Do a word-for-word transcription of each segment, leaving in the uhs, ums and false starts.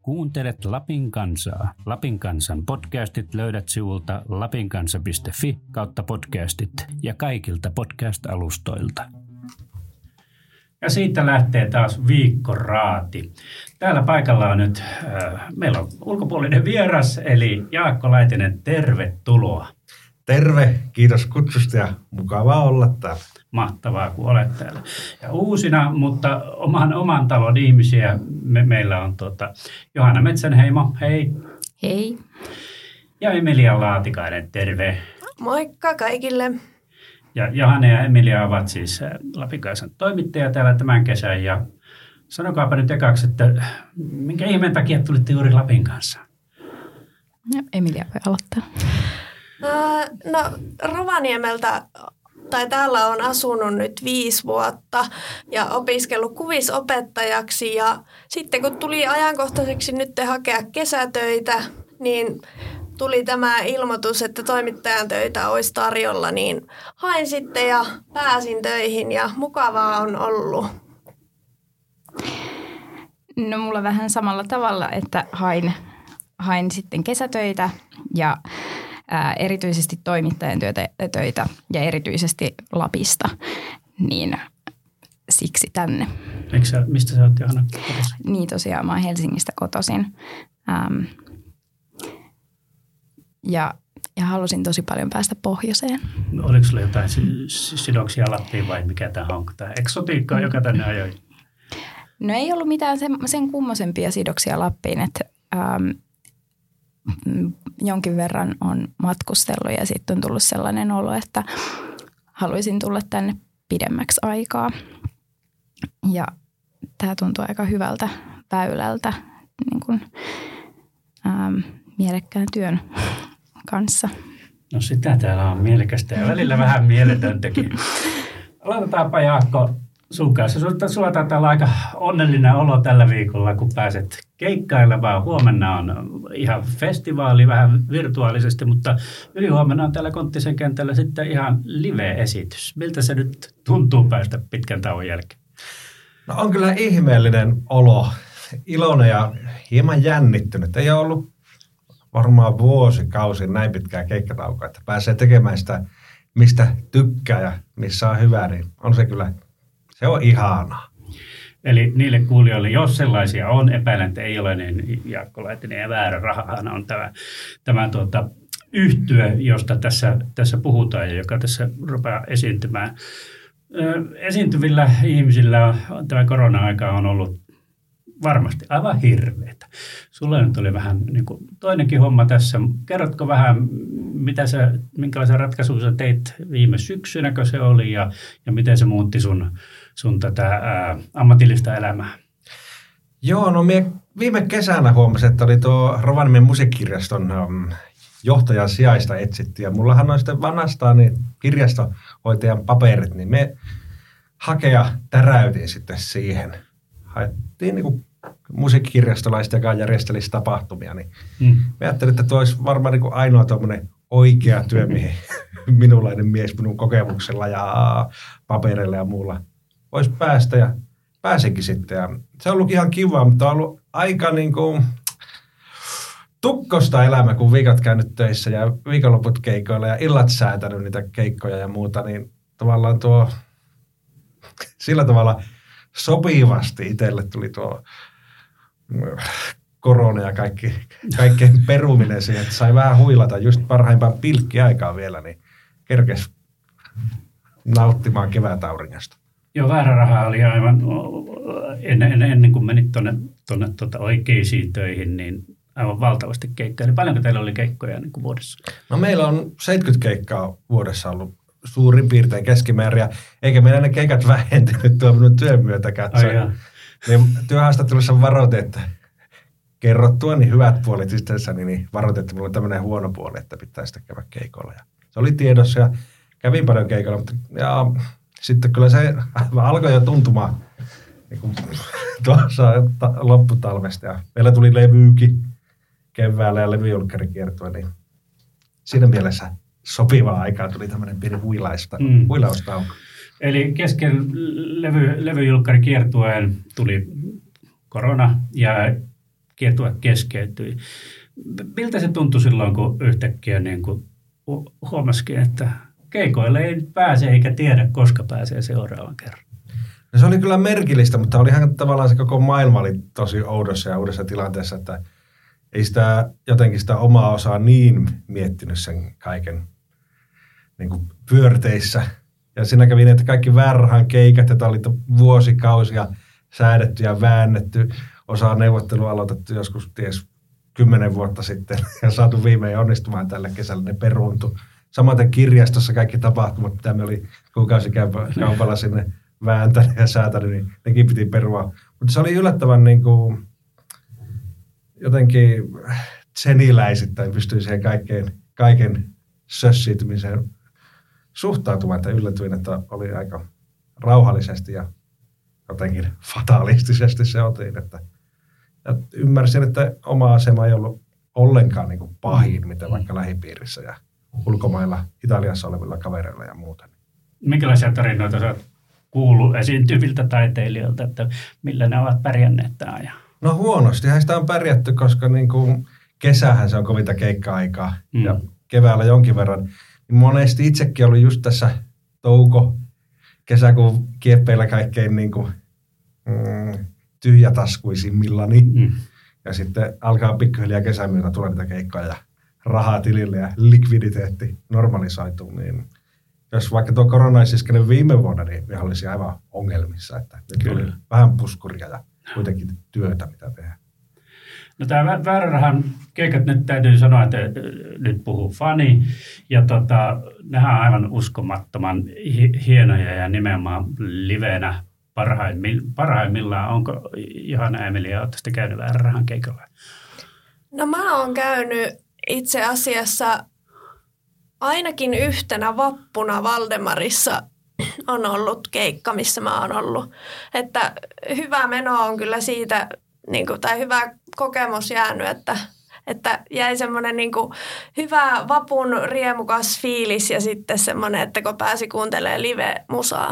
Kuuntelet Lapin kansaa. Lapin kansan podcastit löydät sivulta lapinkansa piste fi kautta podcastit ja kaikilta podcast-alustoilta. Ja siitä lähtee taas viikkoraati. Täällä paikalla on nyt, äh, meillä on ulkopuolinen vieras, eli Jaakko Laitinen, tervetuloa. Terve, kiitos kutsusta ja mukavaa olla täällä. Mahtavaa, kun olet täällä. Ja uusina, mutta oman, oman talon ihmisiä me, meillä on tuota, Johanna Metsänheimo, hei. Hei. Ja Emilia Laatikainen, terve. Moikka kaikille. Ja Johanna ja Emilia ovat siis Lapin kansan toimittajia täällä tämän kesän. Ja sanokaapa nyt ekaksi, että minkä ihmeen takia tulitte juuri Lapin kanssa? Ja Emilia voi aloittaa. Uh, no Rovaniemeltä, tai täällä on asunut nyt viisi vuotta ja opiskellut kuvisopettajaksi. Ja sitten kun tuli ajankohtaiseksi nyt hakea kesätöitä, niin tuli tämä ilmoitus, että toimittajan töitä olisi tarjolla, niin hain sitten ja pääsin töihin ja mukavaa on ollut. No mulla vähän samalla tavalla, että hain, hain sitten kesätöitä ja ää, erityisesti toimittajan työtä, töitä ja erityisesti Lapista, niin siksi tänne. Eikö sä, mistä sä oot, Johanna, kotoisin? Niin tosiaan, mä oon Helsingistä kotoisin. Ähm, Ja, ja halusin tosi paljon päästä pohjoiseen. No, oliko sulla jotain sidoksia Lappiin vai mikä tämä on? Tämä eksotiikka, joka tänne ajoi? No ei ollut mitään sen, sen kummosempia sidoksia Lappiin, että ähm, jonkin verran on matkustellut ja sitten on tullut sellainen olo, että haluaisin tulla tänne pidemmäksi aikaa. Ja tämä tuntuu aika hyvältä väylältä niin kuin, ähm, mielekkään työn kanssa. No sitä täällä on mielekästä ja välillä vähän mieletöntäkin. Aloitetaanpa Jaakko sun kanssa. Sulla taitaa olla aika onnellinen olo tällä viikolla, kun pääset keikkailemaan. Huomenna on ihan festivaali vähän virtuaalisesti, mutta ylihuomenna on täällä Konttisen kentällä sitten ihan live-esitys. Miltä se nyt tuntuu päästä pitkän tauon jälkeen? No on kyllä ihmeellinen olo. Iloinen ja hieman jännittynyt. Ei ole ollut varmaan vuosikausi näin pitkää keikkataukoa, että pääsee tekemään sitä, mistä tykkää ja missä on hyvä, niin on se kyllä, se on ihanaa. Eli niille kuulijoille, jos sellaisia on, epäilen, että ei ole, niin Jaakko Laitinen ja Väärä rahahan on tämä, tämä tuota, yhtye, josta tässä, tässä puhutaan ja joka tässä rupeaa esiintymään. Ö, esiintyvillä ihmisillä on, tämä korona-aika on ollut varmasti aivan hirveetä. Sulla nyt oli vähän niin kuin toinenkin homma tässä. Kerrotko vähän, mitä sä, minkälaisen ratkaisun sä teit viime syksynä, kun se oli, ja, ja miten se muutti sun, sun tätä ää, ammatillista elämää? Joo, no mie viime kesänä huomasin, että oli tuo Rovaniemen musiikkikirjaston um, johtajan sijaista etsitty. Ja mullahan on sitten vanhastaan niin kirjastohoitajan paperit, niin me hakea täräytin sitten siihen. Haettiin niin kuin musiikkikirjastolaista, joka järjestelisi tapahtumia, niin mm. mä ajattelin, että tuo olisi varmaan niin kuin ainoa tuommoinen oikea työmiehen, minunlainen mies minun kokemuksella ja papereilla ja muulla voisi päästä ja pääsinkin sitten. Ja se on ollut ihan kiva, mutta on ollut aika niin kuin tukkosta elämä, kun viikot käynyt töissä ja viikonloput keikoilla ja illat säätänyt niitä keikkoja ja muuta, niin tavallaan tuo sillä tavalla sopivasti itselle tuli tuo korona ja kaikki, kaikkeen peruminen siihen, että sai vähän huilata just parhaimpaan pilkkiaikaan vielä, niin kerkesi nauttimaan kevätauringosta. Joo, Väärä raha oli aivan ennen, ennen, ennen kuin menit tuonne, tuonne tuota oikeisiin töihin, niin aivan valtavasti keikkoja. Eli paljonko teillä oli keikkoja niin kuin vuodessa? No meillä on seitsemänkymmentä keikkaa vuodessa ollut suurin piirtein keskimäärin, eikä meillä ne keikat vähentynyt tuon minun työn myötäkään. Niin työhaastattelussa varoitin, että kerrottua niin hyvät puolet itsessäni, niin varoitin, että minulla on tämmöinen huono puoli, että pitää sitä käydä keikolla. Ja se oli tiedossa ja kävin paljon keikolla, mutta ja sitten kyllä se alkoi jo tuntumaan niin kuin tuossa lopputalvesta. Ja meillä tuli levyykin keväällä ja levyjulkkari kiertui, niin siinä mielessä sopivaa aikaa tuli tämmöinen pieni huilaista, mm. huilaustauko. Eli kesken levy, levyjulkkari kiertueen tuli korona ja kiertue keskeytyi. Miltä se tuntui silloin, kun yhtäkkiä niin kuin huomasikin, että keikoille ei pääse eikä tiedä, koska pääsee seuraavan kerran? No se oli kyllä merkillistä, mutta olihan tavallaan se koko maailma oli tosi oudossa ja uudessa tilanteessa, että ei sitä jotenkin sitä omaa osaa niin miettinyt sen kaiken niin kuin pyörteissä. Ja siinä kävi niin, että kaikki väärän keikat, joita oli vuosikausia säädetty ja väännetty, osa neuvottelua aloitettu joskus ties kymmenen vuotta sitten ja saatu viimein onnistumaan tällä kesällä, ne peruuntui. Samaten kirjastossa kaikki tapahtumat, mitä me oli kuukausikaupalla sinne vääntänyt ja säätänyt, niin nekin piti perua. Mutta se oli yllättävän niin kuin, jotenkin tseniläisittäin pystyi siihen kaikkeen, kaiken sössiytymiseen suhtautumaan, että yllätyin, että oli aika rauhallisesti ja jotenkin fatalistisesti se otin, että ja ymmärsin, että oma asema ei ollut ollenkaan niin kuin pahin, mitä vaikka lähipiirissä ja ulkomailla, Italiassa olevilla kavereilla ja muuta. Minkälaisia tarinoita sä oot kuullut esiintyviltä taiteilijoilta, että millä ne ovat pärjänneet tämän ajan? No huonostihan sitä on pärjätty, koska niin kuin kesähän se on kovinta keikka-aikaa mm. ja keväällä jonkin verran. Niin monesti itsekin oli just tässä touko, kesäkuun kieppeillä kaikkein niin kuin, mm, tyhjätaskuisimmillani. Mm. Ja sitten alkaa pikkuhiljaa kesän myötä tulla niitä keikkoja ja rahaa tilille ja likviditeetti normalisoituu. Niin jos vaikka tuo korona olisi iskenyt viime vuonna, niin me olisi aivan ongelmissa. Että nyt oli vähän puskuria ja kuitenkin työtä, mitä tehdään. No tämä Väärä-rahan keikat nyt täytyy sanoa, että nyt puhuu fani. Ja tota, nehän on aivan uskomattoman hienoja ja nimenomaan livenä parhaimmillaan. Onko Johanna Emilia, oletteko käynyt Väärä-rahan keikalla? No mä oon käynyt itse asiassa ainakin yhtenä vappuna Valdemarissa on ollut keikka, missä mä oon ollut. Että hyvä meno on kyllä siitä, niin kuin, tai hyvä kokemus jäänyt, että, että jäi semmoinen niin kuin hyvä vapun riemukas fiilis ja sitten semmoinen, että kun pääsi kuuntelemaan live-musaa.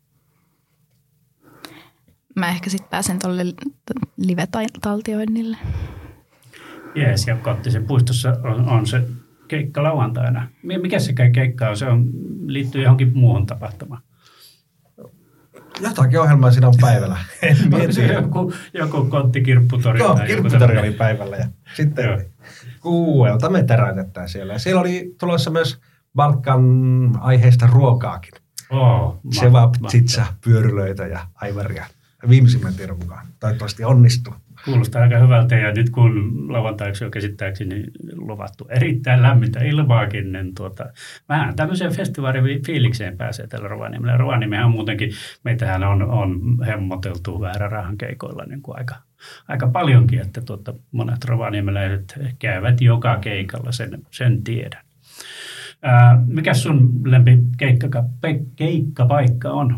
Mä ehkä sitten pääsen tuolle live-taltioinnille. Jees, ja Kottisen puistossa on, on se keikka lauantaina. Mikä se keikka on? Se on, liittyy johonkin muuhun tapahtumaan. Jotakin ohjelmaa siinä on päivällä. Onko se joku, joku konttikirpputori? Joo, kirpputori oli päivällä ja sitten oli kuuelta me terätetään siellä. Ja siellä oli tulossa myös Balkan aiheista ruokaakin. Oh, Sevap, tsitsa, pyörylöitä ja aivaria. Viimeisimmän tiedon mukaan. Toivottavasti onnistuu. Kuulostaa aika hyvältä ja nyt kun lauantaiksi on käsittääkseni luvattu erittäin lämmintä ilmaakin, niin tuota, vähän tämmöiseen festivaalifiilikseen pääsee tällä Rovaniemellä. Rovaniemihän on muutenkin, meitähän on, on hemmoteltu Väärä-rahan keikoilla niin kuin aika, aika paljonkin, että tuota, monet rovaniemeläiset käyvät joka keikalla, sen, sen tiedän. Ää, mikä sun lempi keikka, keikkapaikka on?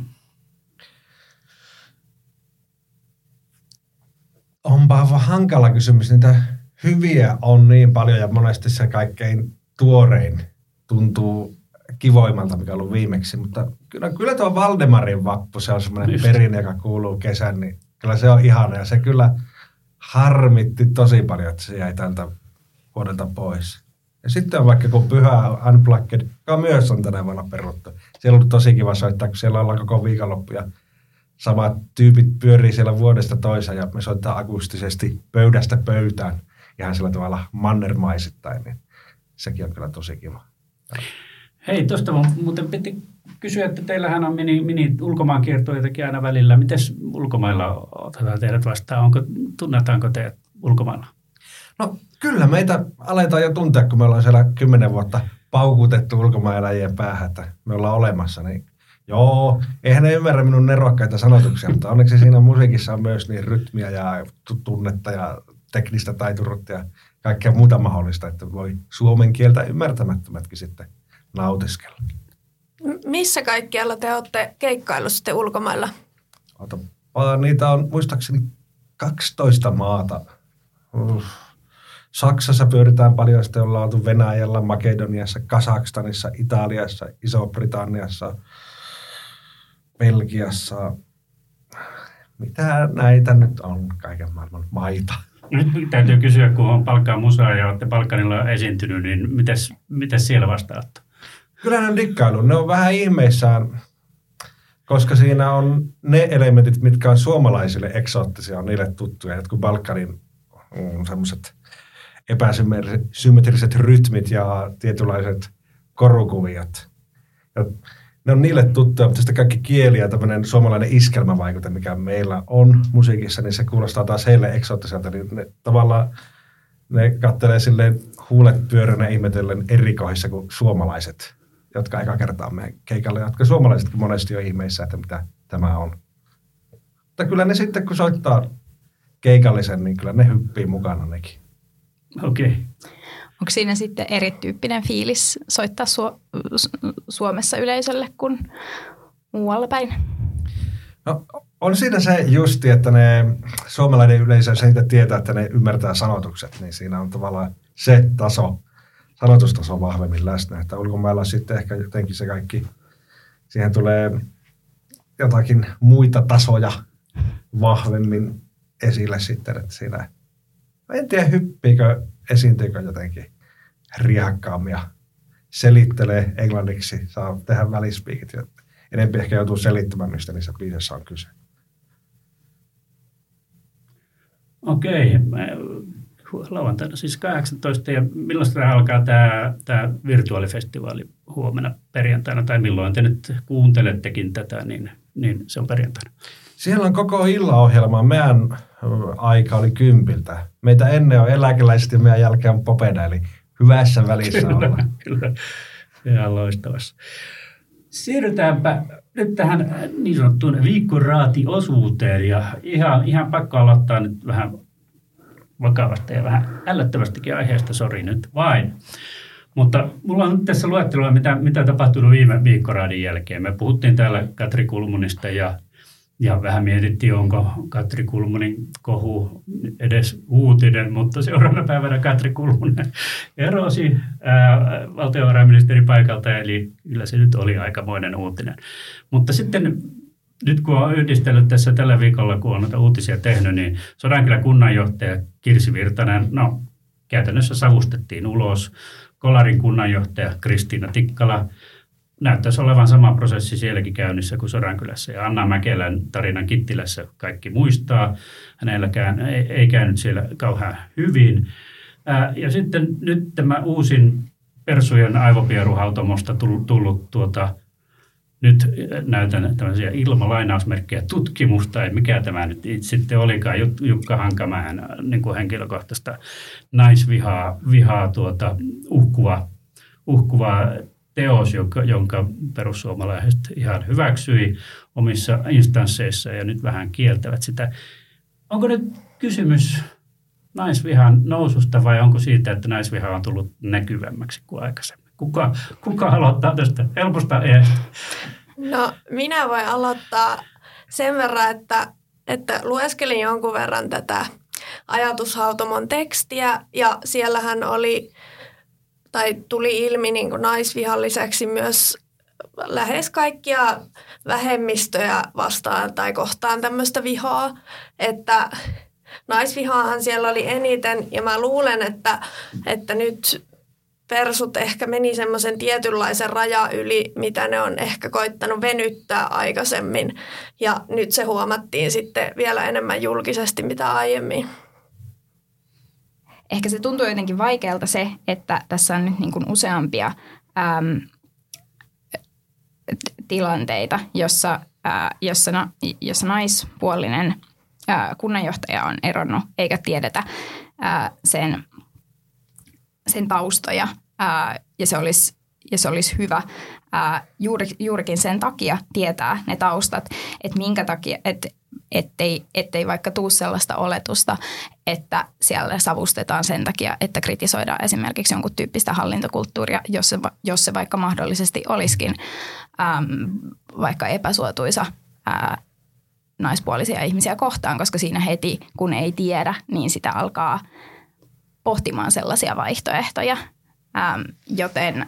Onpa hankala kysymys. Niitä hyviä on niin paljon ja monesti se kaikkein tuorein tuntuu kivoimalta, mikä on ollut viimeksi. Mutta kyllä, kyllä tuo Valdemarin vappu, se on semmoinen perinne, joka kuuluu kesän, niin kyllä se on ihana. Ja se kyllä harmitti tosi paljon, että se jäi tältä vuodelta pois. Ja sitten on vaikka kun Pyhä Unplugged, joka myös on tänä vuonna peruttu. Siellä on ollut tosi kiva soittaa, kun siellä ollaan koko viikonloppu ja samat tyypit pyörii siellä vuodesta toiseen ja me soittaa akustisesti pöydästä pöytään ihan sillä tavalla mannermaisittain, niin sekin on kyllä tosi kiva. Hei, tuosta muuten piti kysyä, että teillähän on mini, mini ulkomaankiertoitakin aina välillä. Mites ulkomailla otetaan teidät vastaan? Onko, tunnetaanko teidät ulkomailla? No kyllä meitä aletaan jo tuntea, kun me ollaan siellä kymmenen vuotta paukutettu ulkomaaneläjien päähän, että me ollaan olemassa, niin joo, eihän ne ymmärrä minun nerokkaita sanotuksia, mutta onneksi siinä musiikissa on myös niin rytmiä ja tunnetta ja teknistä taituruutta ja kaikkea muuta mahdollista, että voi suomen kieltä ymmärtämättömätkin sitten nautiskella. Missä kaikkialla te olette keikkaillut sitten ulkomailla? Ota, niitä on muistaakseni kaksitoista maata. Saksassa pyöritään paljon, sitten ollaan oltu Venäjällä, Makedoniassa, Kazakstanissa, Italiassa, Iso-Britanniassa, Belgiassa. Mitä näitä nyt on kaiken maailman maita? Nyt täytyy kysyä, kun on Balkan musaa ja olette Balkanilla esiintynyt, niin mitäs, mitäs siellä vastaatte? Kyllä ne on dikkailu. Ne on vähän ihmeissään, koska siinä on ne elementit, mitkä on suomalaisille eksoottisia, on niille tuttuja. Jotkut Balkanin mm, semmoiset epäsymmetriset rytmit ja tietynlaiset korukuviot. Ja ne on niille tuttuja, mutta sitten kaikki kieli ja tämmöinen suomalainen iskelmävaikute, mikä meillä on musiikissa, niin se kuulostaa taas heille eksoottiselta. Niin ne, tavallaan ne kattelee silleen huulet pyöränä ihmetellen eri kohdissa kuin suomalaiset, jotka eka kertaa meidän keikalle, jotka suomalaisetkin monesti on ihmeissä, että mitä tämä on. Mutta kyllä ne sitten, kun soittaa keikallisen, niin kyllä ne hyppii mukana nekin. Okei. Okay. Onko siinä sitten erityyppinen fiilis soittaa Su- Suomessa yleisölle kuin muualla päin? No, on siinä se justi, että ne suomalainen yleisö se tietää, että ne ymmärtää sanotukset, niin siinä on tavallaan se taso, sanotustaso vahvemmin läsnä. Että ulkomailla sitten ehkä jotenkin se kaikki, siihen tulee jotakin muita tasoja vahvemmin esille sitten, että siinä, en tiedä hyppiikö, esiintyykö jotenkin riehakkaammin ja selittelee englanniksi, saa tehdä välispiikit. Enempi ehkä joutuu selittämään, mistä niissä biisissä on kyse. Okei. Lauantaina siis kahdeksantoista ja milloin tämä alkaa tämä, tämä virtuaalifestivaali huomenna perjantaina tai milloin te nyt kuuntelettekin tätä, niin, niin se on perjantaina. Siellä on koko illaohjelma. Meidän aika oli kympiltä. Meitä ennen on eläkeläiset ja meidän jälkeen on popeda, eli hyvässä välissä kyllä, ollaan. Kyllä, ihan loistavassa. Siirrytäänpä nyt tähän niin sanottuun viikkoraatiosuuteen ja ihan, ihan pakko aloittaa nyt vähän vakavasta ja vähän ällöttävästäkin aiheesta, sori nyt vain. Mutta mulla on nyt tässä luetteloa, mitä, mitä tapahtunut viime viikkoraadin jälkeen. Me puhuttiin täällä Katri Kulmunista ja, ja vähän mietittiin, onko Katri Kulmunin kohu edes uutinen, mutta seuraavana päivänä Katri Kulmunen erosi ää, valtiovarainministerin paikalta, eli kyllä se nyt oli aikamoinen uutinen. Mutta sitten nyt kun olen yhdistellyt tässä tällä viikolla, kun on noita uutisia tehnyt, niin Sodankylän kunnanjohtaja Kirsi Virtanen, no käytännössä savustettiin ulos. Kolarin kunnanjohtaja Kristiina Tikkala, näyttäisi olevan sama prosessi sielläkin käynnissä kuin Sodankylässä. Ja Anna Mäkelän tarinan Kittilässä kaikki muistaa. Hänelläkään ei, ei käynyt siellä kauhean hyvin. Ää, ja sitten nyt tämä uusin Persujen aivopieruhautomosta tullut, tullut tuota, nyt näytän tämmöisiä ilmalainausmerkkejä tutkimusta, ei mikä tämä nyt sitten olikaan, Jukka Hankamäen niin kuin henkilökohtaista naisvihaa vihaa, tuota, uhkuva, uhkuva teos, jonka, jonka perussuomalaiset ihan hyväksyi omissa instansseissa ja nyt vähän kieltävät sitä. Onko nyt kysymys naisvihan noususta vai onko siitä, että naisviha on tullut näkyvämmäksi kuin aikaisemmin? Kuka, kuka aloittaa tästä helposta eestä? No minä voin aloittaa sen verran, että, että lueskelin jonkun verran tätä ajatushautomon tekstiä ja siellähän oli tai tuli ilmi niin kuin naisvihan lisäksi myös lähes kaikkia vähemmistöjä vastaan tai kohtaan tämmöistä vihaa, että naisvihaahan siellä oli eniten ja mä luulen, että, että nyt persut ehkä meni semmoisen tietynlaisen raja yli, mitä ne on ehkä koittanut venyttää aikaisemmin. Ja nyt se huomattiin sitten vielä enemmän julkisesti mitä aiemmin. Ehkä se tuntuu jotenkin vaikealta se, että tässä on nyt niin kuin useampia äm, tilanteita, jossa, ää, jossa, na, jossa naispuolinen ää, kunnanjohtaja on eronnut eikä tiedetä ää, sen sen taustoja ää, ja, se olisi, ja se olisi hyvä ää, juuri, juurikin sen takia tietää ne taustat, että minkä takia, et, ettei, ettei vaikka tuu sellaista oletusta, että siellä savustetaan sen takia, että kritisoidaan esimerkiksi jonkun tyyppistä hallintokulttuuria, jos se, jos se vaikka mahdollisesti olisikin äm, vaikka epäsuotuisa ää, naispuolisia ihmisiä kohtaan, koska siinä heti, kun ei tiedä, niin sitä alkaa pohtimaan sellaisia vaihtoehtoja, ähm, joten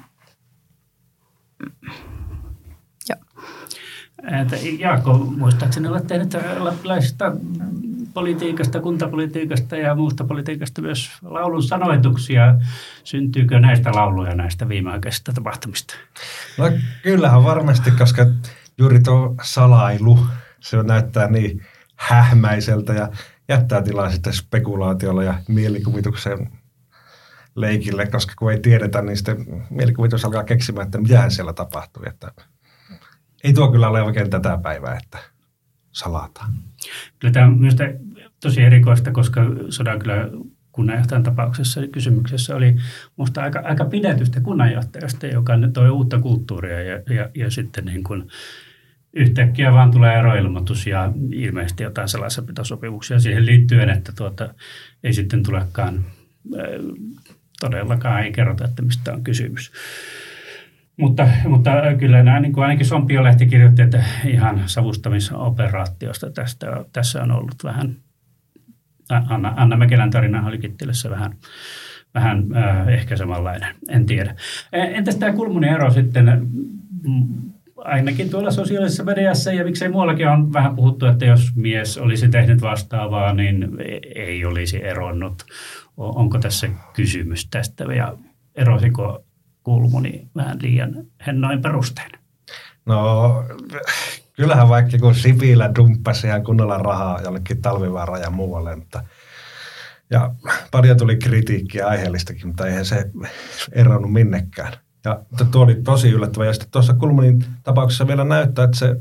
jo. Jaakko, muistaakseni olet tehnyt lappilaisista politiikasta, kuntapolitiikasta ja muusta politiikasta myös laulun sanoituksia. Syntyykö näistä lauluja näistä viimeaikaisista tapahtumista? No kyllähän varmasti, koska juuri tuo salailu, se näyttää niin hähmäiseltä ja jättää tilaa sitten spekulaatiolla ja mielikuvituksen leikille, koska kun ei tiedetä, niin sitten mielikuvitus alkaa keksimään, että mitähän siellä tapahtui. Että ei tuo kyllä ole oikein tätä päivää, että salataan. Kyllä tämä on myös tosi erikoista, koska Sodankylän kunnanjohtajan tapauksessa kysymyksessä oli minusta aika, aika pidetystä kunnanjohtajasta, joka toi uutta kulttuuria ja, ja, ja sitten niin kuin yhtäkkiä vaan tulee eroilmoitus ja ilmeisesti jotain salassapitosopimuksia siihen liittyen, että tuota, ei sitten tulekaan, todellakaan ei kerrota, että mistä on kysymys. Mutta, mutta kyllä nämä, niin kuin ainakin Sompiolehti kirjoitti, että ihan savustamisoperaatiosta tästä, tässä on ollut vähän, Anna, Anna Mäkelän tarina oli Kittilässä vähän, vähän äh, ehkä samanlainen, en tiedä. Entäs tämä Kulmunin ero sitten, ainakin tuolla sosiaalisessa mediassa ja miksei muuallakin on vähän puhuttu, että jos mies olisi tehnyt vastaavaa, niin ei olisi eronnut. Onko tässä kysymys tästä ja erosiko Kulmuni vähän liian hennoin perustein? No kyllähän vaikka kun Sipilä dumppasi ihan kunnolla rahaa jollekin Talvivaaraan ja muualle, mutta ja paljon tuli kritiikkiä aiheellistakin, mutta eihän se eronnut minnekään. Ja tuo oli tosi yllättävä. Ja sitten tuossa Kulmunin tapauksessa vielä näyttää, että se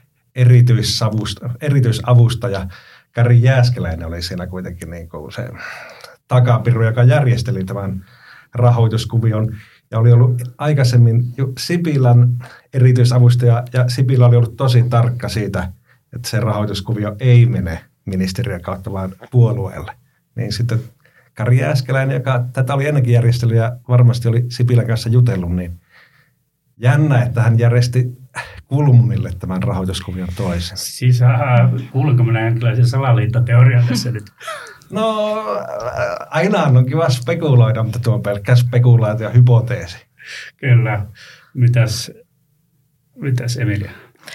erityisavustaja Kari Jääskeläinen oli siinä kuitenkin niin kuin se takapiru, joka järjesteli tämän rahoituskuvion. Ja oli ollut aikaisemmin Sipilän erityisavustaja, ja Sipilä oli ollut tosi tarkka siitä, että se rahoituskuvio ei mene ministeriön kautta, vaan puolueelle. Niin sitten Kari Jääskeläinen, joka tätä oli ennenkin järjestellyt ja varmasti oli Sipilän kanssa jutellut, niin jännä, että hän järjesti Kulmunille tämän rahoituskuvion toisen. Siis kuulenko minä jonkinlaisen salaliittoteorian tässä nyt? No aina on kiva spekuloida, mutta tuo on pelkkä spekulaatio ja hypoteesi. Kyllä. Mitäs, mitäs Emilia?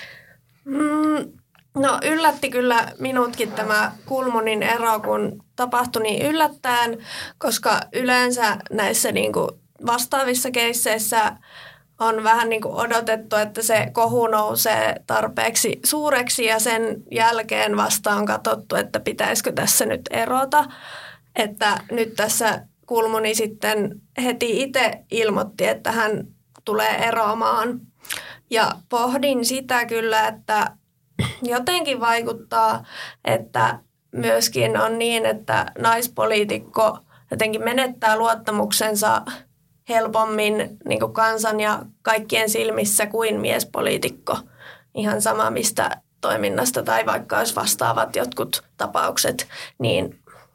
Mm, no yllätti kyllä minutkin tämä Kulmunin ero, kun tapahtui niin yllättäen, koska yleensä näissä niin kuin vastaavissa keisseissä on vähän niin kuin odotettu, että se kohu nousee tarpeeksi suureksi ja sen jälkeen vasta on katsottu, että pitäisikö tässä nyt erota. Että nyt tässä Kulmuni sitten heti itse ilmoitti, että hän tulee eroamaan. Ja pohdin sitä kyllä, että jotenkin vaikuttaa, että myöskin on niin, että naispoliitikko jotenkin menettää luottamuksensa helpommin niin kuin kansan ja kaikkien silmissä kuin miespoliitikko. Ihan sama mistä toiminnasta tai vaikka olisi vastaavat jotkut tapaukset, niin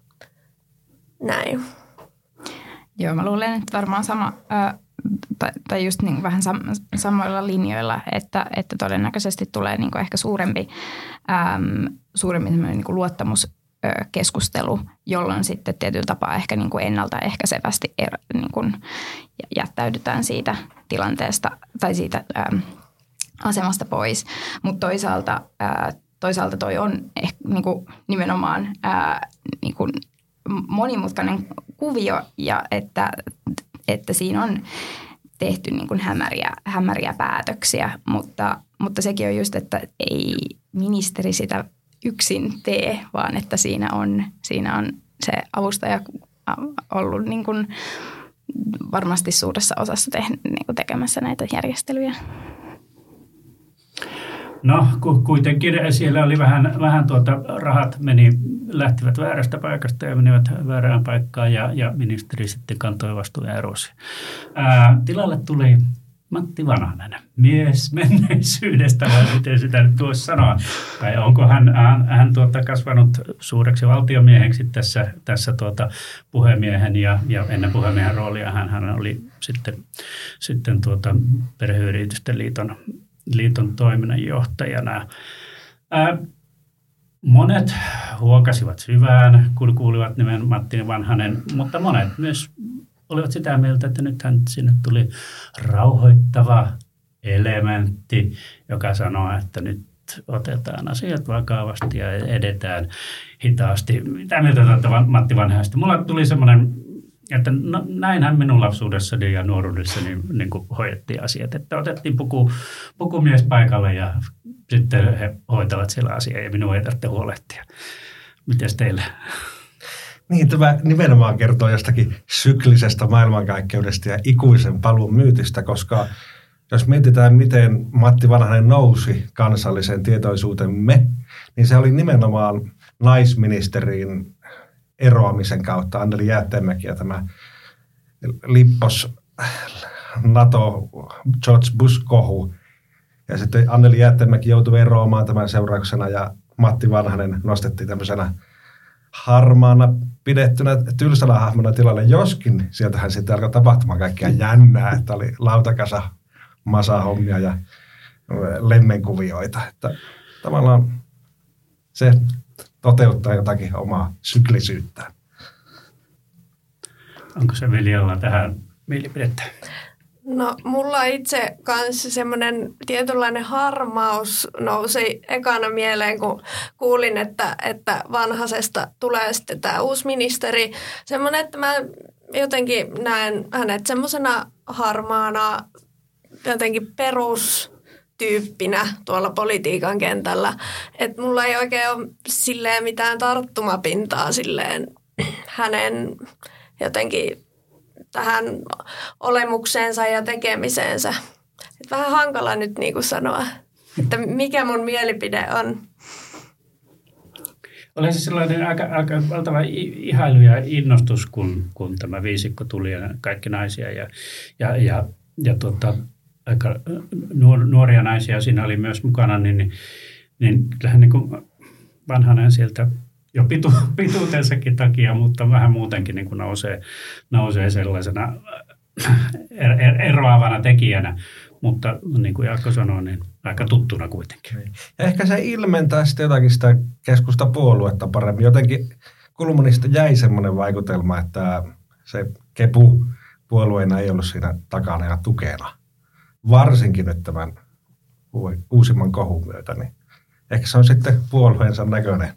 näin. Joo, mä luulen, että varmaan sama, ää, tai, tai just niin vähän sam, samoilla linjoilla, että, että todennäköisesti tulee niin kuin ehkä suurempi, äm, suurempi niin kuin luottamuskeskustelu, jolloin sitten tietyllä tapaa ehkä niin kuin ennaltaehkäisevästi er, niin kuin jättäydytään siitä tilanteesta tai siitä äm, asemasta pois. Mutta toisaalta, ää, toisaalta toi on ehkä niin kuin nimenomaan ää, niin kuin monimutkainen kuvio ja että, että siinä on tehty niin kuin hämäriä, hämäriä päätöksiä, mutta, mutta sekin on just, että ei ministeri sitä yksin tee, vaan että siinä on, siinä on se avustaja ollut niin kuin varmasti suuressa osassa te, niin kuin tekemässä näitä järjestelyjä. No kuitenkin siellä oli vähän, vähän tuota, rahat meni, lähtivät väärästä paikasta ja menivät väärään paikkaan ja, ja ministeri sitten kantoi vastuun ja erosi. Ää, tilalle tuli Matti Vanhanen, mies menneisyydestä, vai miten sitä nyt voisi sanoa. Tai onko hän, hän, hän tuota, kasvanut suureksi valtiomieheksi tässä, tässä tuota, puhemiehen ja, ja ennen puhemiehen roolia hän, hän oli sitten, sitten tuota, Perheyritysten liiton liiton toiminnanjohtajana. Ää, monet huokasivat syvään, kun kuulivat nimen Matti Vanhanen, mutta monet myös olivat sitä mieltä, että nythän sinne tuli rauhoittava elementti, joka sanoo, että nyt otetaan asiat vakavasti ja edetään hitaasti. Mitä mieltä olette Matti Vanhasta? Mulla tuli semmoinen, että no, näinhän minun lapsuudessani ja nuoruudessani niin kuin hoidettiin asiat, että otettiin puku, pukumies paikalle ja sitten he hoitavat siellä asiaa ja minun ei tarvitse huolehtia. Mites teillä? Niin, tämä nimenomaan kertoo jostakin syklisestä maailmankaikkeudesta ja ikuisen paluun myytistä, koska jos mietitään, miten Matti Vanhanen nousi kansalliseen tietoisuutemme, niin se oli nimenomaan naisministerin eroamisen kautta. Anneli Jäätteenmäki ja tämä lippos NATO George Bush-kohu. Ja sitten Anneli Jäätteenmäki joutui eroamaan tämän seurauksena ja Matti Vanhanen nostettiin tämmöisenä harmaana pidettynä tylsänä hahmona tilalle, joskin sieltähän sitten alkoi tapahtumaan kaikkea jännää, että oli lautakasa masahommia ja lemmenkuvioita. Että tavallaan se toteuttaa jotakin omaa syklisyyttään. Onko se Viljalla tähän mielipidettä? No mulla itse kanssa semmoinen tietynlainen harmaus nousi ekana mieleen, kun kuulin, että, että Vanhasesta tulee sitten tämä uusi ministeri. Semmoinen, että mä jotenkin näen hänet semmoisena harmaana, jotenkin perustyyppinä tuolla politiikan kentällä. Että mulla ei oikein ole silleen mitään tarttumapintaa silleen hänen jotenkin tähän olemukseensa ja tekemiseensä. Et vähän hankala nyt niin kuin sanoa, että mikä mun mielipide on. Oli se sellainen aika, aika valtava ihailu ja innostus, kun, kun tämä viisikko tuli ja kaikki naisia ja, ja, ja, ja tuota, aika nuor, nuoria naisia siinä oli myös mukana, niin, niin, niin kyllähän niin kuin Vanhanen sieltä jo pitu, pituutensakin takia, mutta vähän muutenkin niin kuin nousee, nousee sellaisena er, er, eroavana tekijänä, mutta niin kuin Jaakko sanoi, niin aika tuttuna kuitenkin. Ja ehkä se ilmentää sitten jotakin sitä keskustapuoluetta paremmin. Jotenkin Kulmunista jäi semmoinen vaikutelma, että se kepu puolueena ei ollut siinä takana ja tukena. Varsinkin nyt tämän uusimman kohun myötä, niin ehkä se on sitten puolueensa näköinen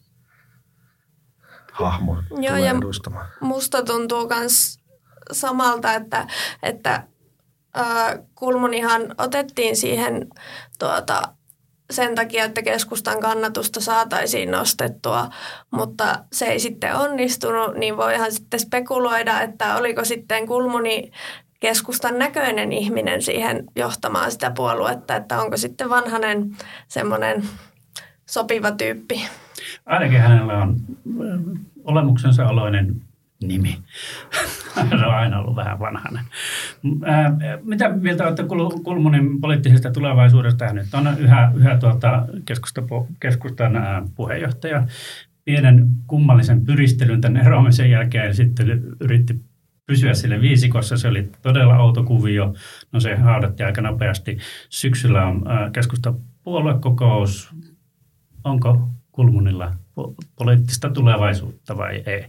hahmo Joo, tulee ja edustamaan. Musta tuntuu myös samalta, että, että äh, Kulmunihan otettiin siihen tuota, sen takia, että keskustan kannatusta saataisiin nostettua, mutta se ei sitten onnistunut, niin voihan sitten spekuloida, että oliko sitten Kulmuni keskustan näköinen ihminen siihen johtamaan sitä puoluetta, että onko sitten Vanhanen semmoinen sopiva tyyppi. Ainakin hänellä on olemuksensa oloinen nimi. Hän on aina ollut vähän Vanhanen. Ää, mitä mieltä olette Kulmunin poliittisesta tulevaisuudesta? Hän nyt on yhä, yhä tuota keskusta, keskustan ää, puheenjohtaja. Pienen kummallisen pyristelyn tämän eroamisen jälkeen sitten yritti pysyä sille viisikossa. Se oli todella outo kuvio. No se haudattiin aika nopeasti. Syksyllä on ää, keskustan puoluekokous. Onko Kulmunilla poliittista tulevaisuutta vai ei?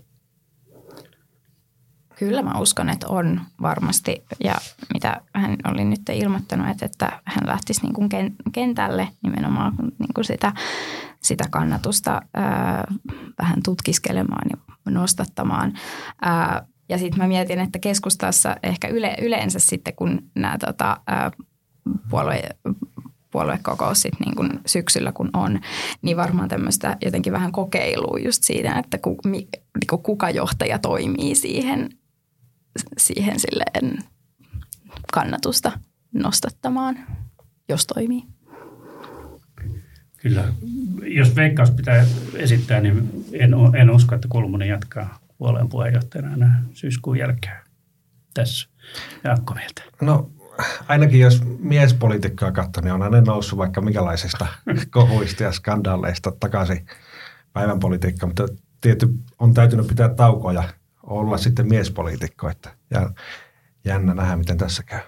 Kyllä mä uskon, että on varmasti. Ja mitä hän oli nyt ilmoittanut, että, että hän lähtisi niin kuin kentälle nimenomaan niin kuin sitä, sitä kannatusta ää, vähän tutkiskelemaan ja nostattamaan. Ää, ja sitten mä mietin, että keskustassa ehkä yle, yleensä sitten, kun nämä tota, ää, puolue... puoluekokous sit niin kuin syksyllä kun on, niin varmaan tämmöistä jotenkin vähän kokeilua just siitä, että ku, mi, niin kuka johtaja toimii siihen, siihen silleen kannatusta nostattamaan, jos toimii. Kyllä. Jos veikkaus pitää esittää, niin en, en usko, että Kulmunin jatkaa puolueen puheenjohtajana enää syyskuun jälkeen tässä. Jaakko mieltä. No ainakin jos miespoliitikkoa katsoo, niin on aina noussut vaikka minkälaisista kohuista ja skandaaleista takaisin päivän politiikkaan, mutta tietty on täytynyt pitää taukoa ja olla sitten miespoliitikko, että ja jännä nähdä, miten tässä käy.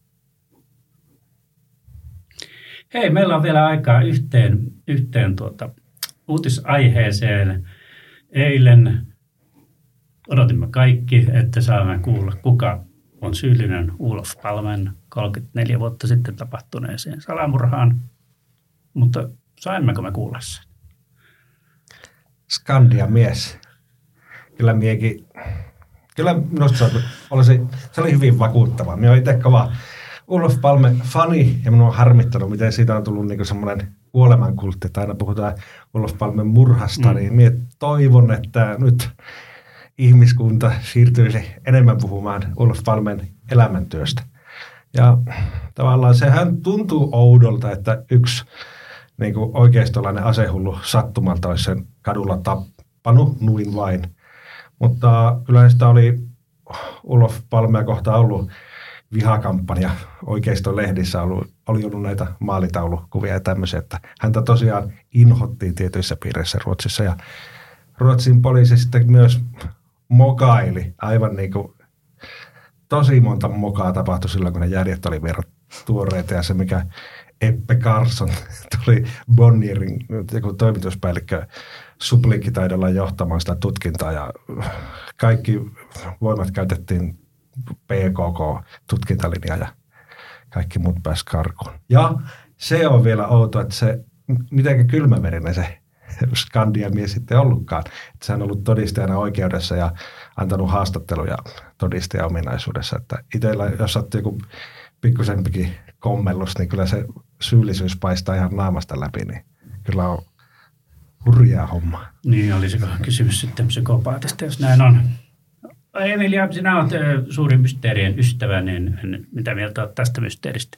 Hei, meillä on vielä aikaa yhteen, yhteen tuota, uutisaiheeseen. Eilen odotimme kaikki, että saamme kuulla, kuka on syyllinen Olof Palmen kolmekymmentäneljä vuotta sitten tapahtuneeseen salamurhaan. Mutta Saimmeko me kuulla sen? Skandia mies. Kyllä miekin, kyllä minusta se oli, se oli hyvin vakuuttava. Minä olen itse kova Olof Palme-fani ja minua on harmittanut, miten siitä on tullut niin semmoinen kuolemankultti, että aina puhutaan Olof Palmen murhasta, mm. niin minä toivon, että nyt ihmiskunta siirtyisi enemmän puhumaan Olof Palmen elämäntyöstä. Ja tavallaan sehän tuntuu oudolta, että yksi niin kuin oikeistolainen asehullu sattumalta olisi sen kadulla tappanut nuin vain. Mutta kyllä sitä oli Olof Palmea kohtaan ollut vihakampanja oikeiston lehdissä, ollut, oli ollut näitä maalitaulukuvia ja tämmöisiä, että häntä tosiaan inhottiin tietyissä piireissä Ruotsissa. Ja Ruotsin poliisi sitten myös mokaili, aivan niin kuin tosi monta mokaa tapahtui silloin, kun ne järjet oli vielä tuoreita ja se, mikä Eppe Karlsson tuli Bonnierin joku toimituspäällikkö supliikkitaidolla johtamaan sitä tutkintaa ja kaikki voimat käytettiin P K K-tutkintalinjaa ja kaikki muut pääsi karkuun. Ja se on vielä outo, että se, mitenkä kylmäverinen se Skandia-mies sitten ollutkaan. Että se on ollut todistajana oikeudessa ja antanut haastatteluja todistajan ominaisuudessa. Että itsellä, jos sattuu joku pikkusempikin kommellus, niin kyllä se syyllisyys paistaa ihan naamasta läpi, niin kyllä on hurjaa homma. Niin, olisiko kysymys sitten psykopaatista, jos näin on. Emilia, sinä olet suuri mysteerien ystävä, niin mitä mieltä olet tästä mysteeristä?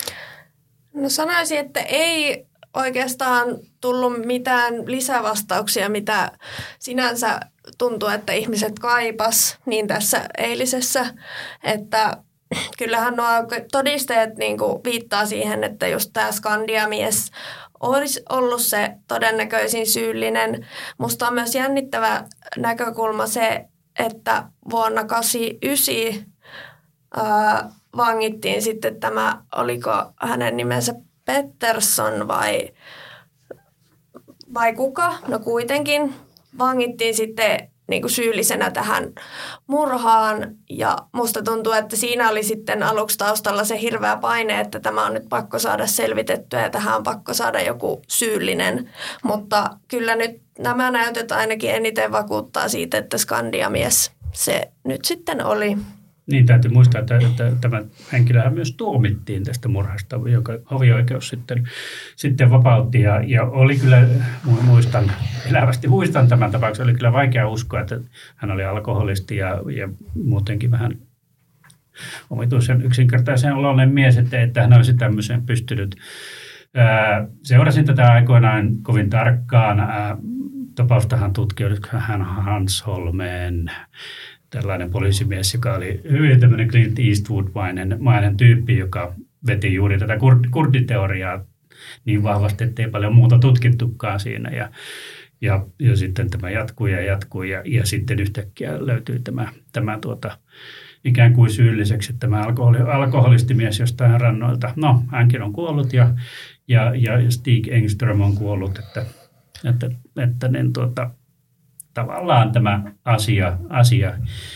No sanoisin, että ei oikeastaan tullut mitään lisävastauksia, mitä sinänsä tuntuu, että ihmiset kaipas niin tässä eilisessä, että kyllähän nuo todisteet niin kuin viittaa siihen, että just tämä Skandia-mies olisi ollut se todennäköisin syyllinen. Musta on myös jännittävä näkökulma se, että vuonna kahdeksankymmentäyhdeksän ää, vangittiin sitten tämä, oliko hänen nimensä Pettersson vai, vai kuka? No kuitenkin vangittiin sitten niin kuin syyllisenä tähän murhaan ja musta tuntuu, että siinä oli sitten aluksi taustalla se hirveä paine, että tämä on nyt pakko saada selvitettyä ja tähän on pakko saada joku syyllinen, mutta kyllä nyt nämä näytöt ainakin eniten vakuuttaa siitä, että Skandia-mies se nyt sitten oli. Niin, täytyy muistaa, että, että tämä henkilöhän myös tuomittiin tästä murhasta, joka hovioikeus sitten, sitten vapautti. Ja, ja oli kyllä, muistan, elävästi muistan tämän tapauksen, oli kyllä vaikea uskoa, että hän oli alkoholisti ja, ja muutenkin vähän omituisen yksinkertaisen oloinen mies, että, että hän olisi tämmöiseen pystynyt. Ää, seurasin tätä aikoinaan kovin tarkkaan. Ää, tapaustahan tutki, olisiko hän Hans Holmeen, tällainen poliisimies, joka oli hyvin tämmöinen Clint Eastwood-mainen mainen tyyppi, joka veti juuri tätä kurd- kurditeoriaa niin vahvasti, ettei paljon muuta tutkittukaan siinä. Ja, ja, ja sitten tämä jatkuu ja jatkuu ja, ja sitten yhtäkkiä löytyy tämä, tämä tuota, ikään kuin syylliseksi tämä alkoholi, alkoholistimies jostain rannoilta. No, hänkin on kuollut ja, ja, ja Stig Engström on kuollut, että, että, että niin tuota, tavallaan tämä asia, asia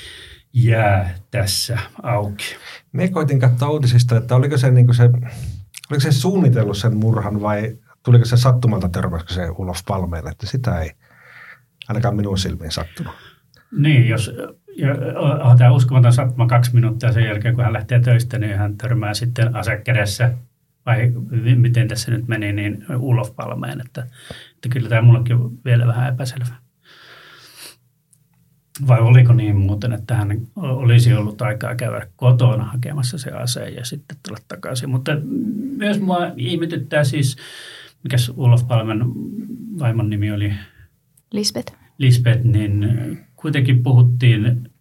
jää tässä auki. Me koitin katsoa uutisista, että oliko se, niin se, oliko se suunnitellut sen murhan vai tuliko se sattumalta törmäskö se Olof Palmeen, että sitä ei ainakaan minun silmiin sattunut. Niin, jos on tämä uskomaton sattuma kaksi minuuttia sen jälkeen, kun hän lähtee töistä, niin hän törmää sitten asekädessä, vai miten tässä nyt meni, niin Olof Palmeen, että, että kyllä tämä mullekin on vielä vähän epäselvä. Vai oliko niin muuten, että hän olisi ollut aikaa käydä kotona hakemassa se aseen ja sitten tulla takaisin. Mutta myös mua ihmetyttää siis, mikäs Olof Palmen vaimon nimi oli? Lisbeth. Lisbeth, niin kuitenkin puhuttiin,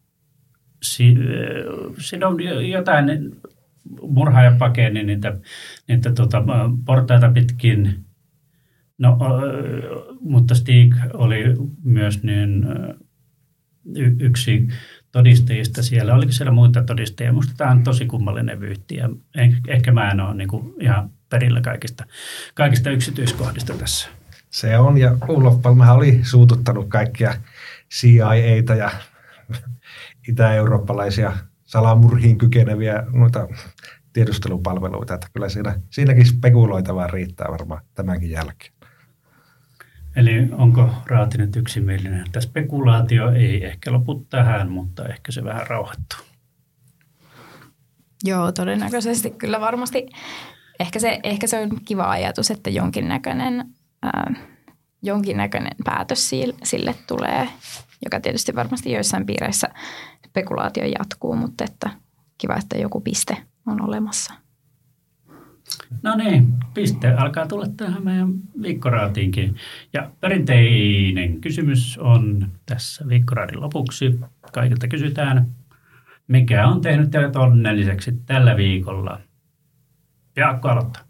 siinä on jotain murhaaja pakeni niitä, niitä tuota, portaita pitkin. No, mutta Stig oli myös niin y- yksi todistajista siellä. Oliko siellä muita todistajia? Minusta tämä on tosi kummallinen vyyhti ja ehkä mä en ole niin kuin ihan perillä kaikista, kaikista yksityiskohdista tässä. Se on, ja Olof Palmehan oli suututtanut kaikkia C I A:ta ja itä-eurooppalaisia salamurhiin kykeneviä noita tiedustelupalveluita, että kyllä siinä, siinäkin spekuloitavaa riittää varmaan tämänkin jälkeen. Eli onko Raati nyt yksimielinen, että spekulaatio ei ehkä lopu tähän, mutta ehkä se vähän rauhoittuu? Joo, todennäköisesti kyllä varmasti. Ehkä se, ehkä se on kiva ajatus, että jonkinnäköinen, ää, jonkinnäköinen päätös sille tulee, joka tietysti varmasti joissain piireissä spekulaatio jatkuu, mutta että kiva, että joku piste on olemassa. No niin, piste alkaa tulla tähän meidän viikkoraatiinkin. Ja perinteinen kysymys on tässä viikkoraadin lopuksi. Kaikilta kysytään, mikä on tehnyt teidät onnelliseksi tällä viikolla? Jaakko aloittaa.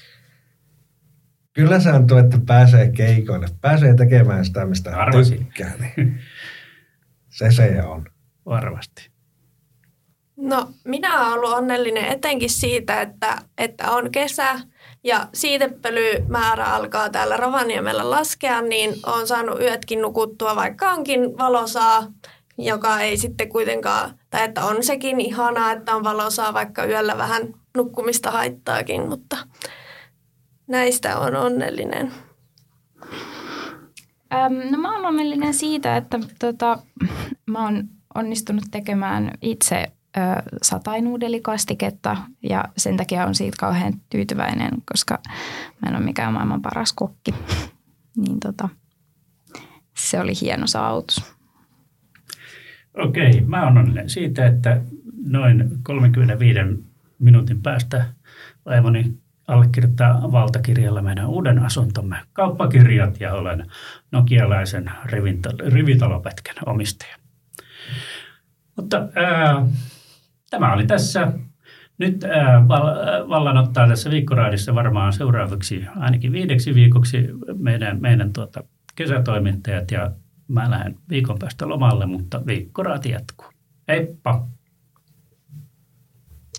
Kyllä se on tuo, että pääsee keikoille. Pääsee tekemään sitä, mistä Arvasin. tykkää. Niin se se on. Varmasti. No, minä olen ollut onnellinen etenkin siitä, että, että on kesä ja siitepölymäärä alkaa täällä Rovaniemellä laskea, niin olen saanut yötkin nukuttua, vaikka onkin valosaa, joka ei sitten kuitenkaan, tai että on sekin ihanaa, että on valosaa, vaikka yöllä vähän nukkumista haittaakin, mutta näistä on onnellinen. Ähm, no mä oon onnellinen siitä, että tota, mä oon onnistunut tekemään itse ö, satainuudelikastiketta ja sen takia on siitä kauhean tyytyväinen, koska mä en ole mikään maailman paras kokki. niin tota, se oli hieno saavutus. Okei, mä oon onnellinen siitä, että noin kolmekymmentäviiden minuutin päästä vaimoni allekirjoittaa valtakirjalla meidän uuden asuntomme kauppakirjat ja olen nokialaisen rivitalopätkän omistaja. Mutta ää, tämä oli tässä. Nyt ää, val, vallan ottaa tässä viikkoraadissa varmaan seuraavaksi ainakin viideksi viikoksi meidän, meidän tuota, kesätoimittajat ja mä lähden viikon päästä lomalle, mutta viikkoraati jatkuu. Heippa!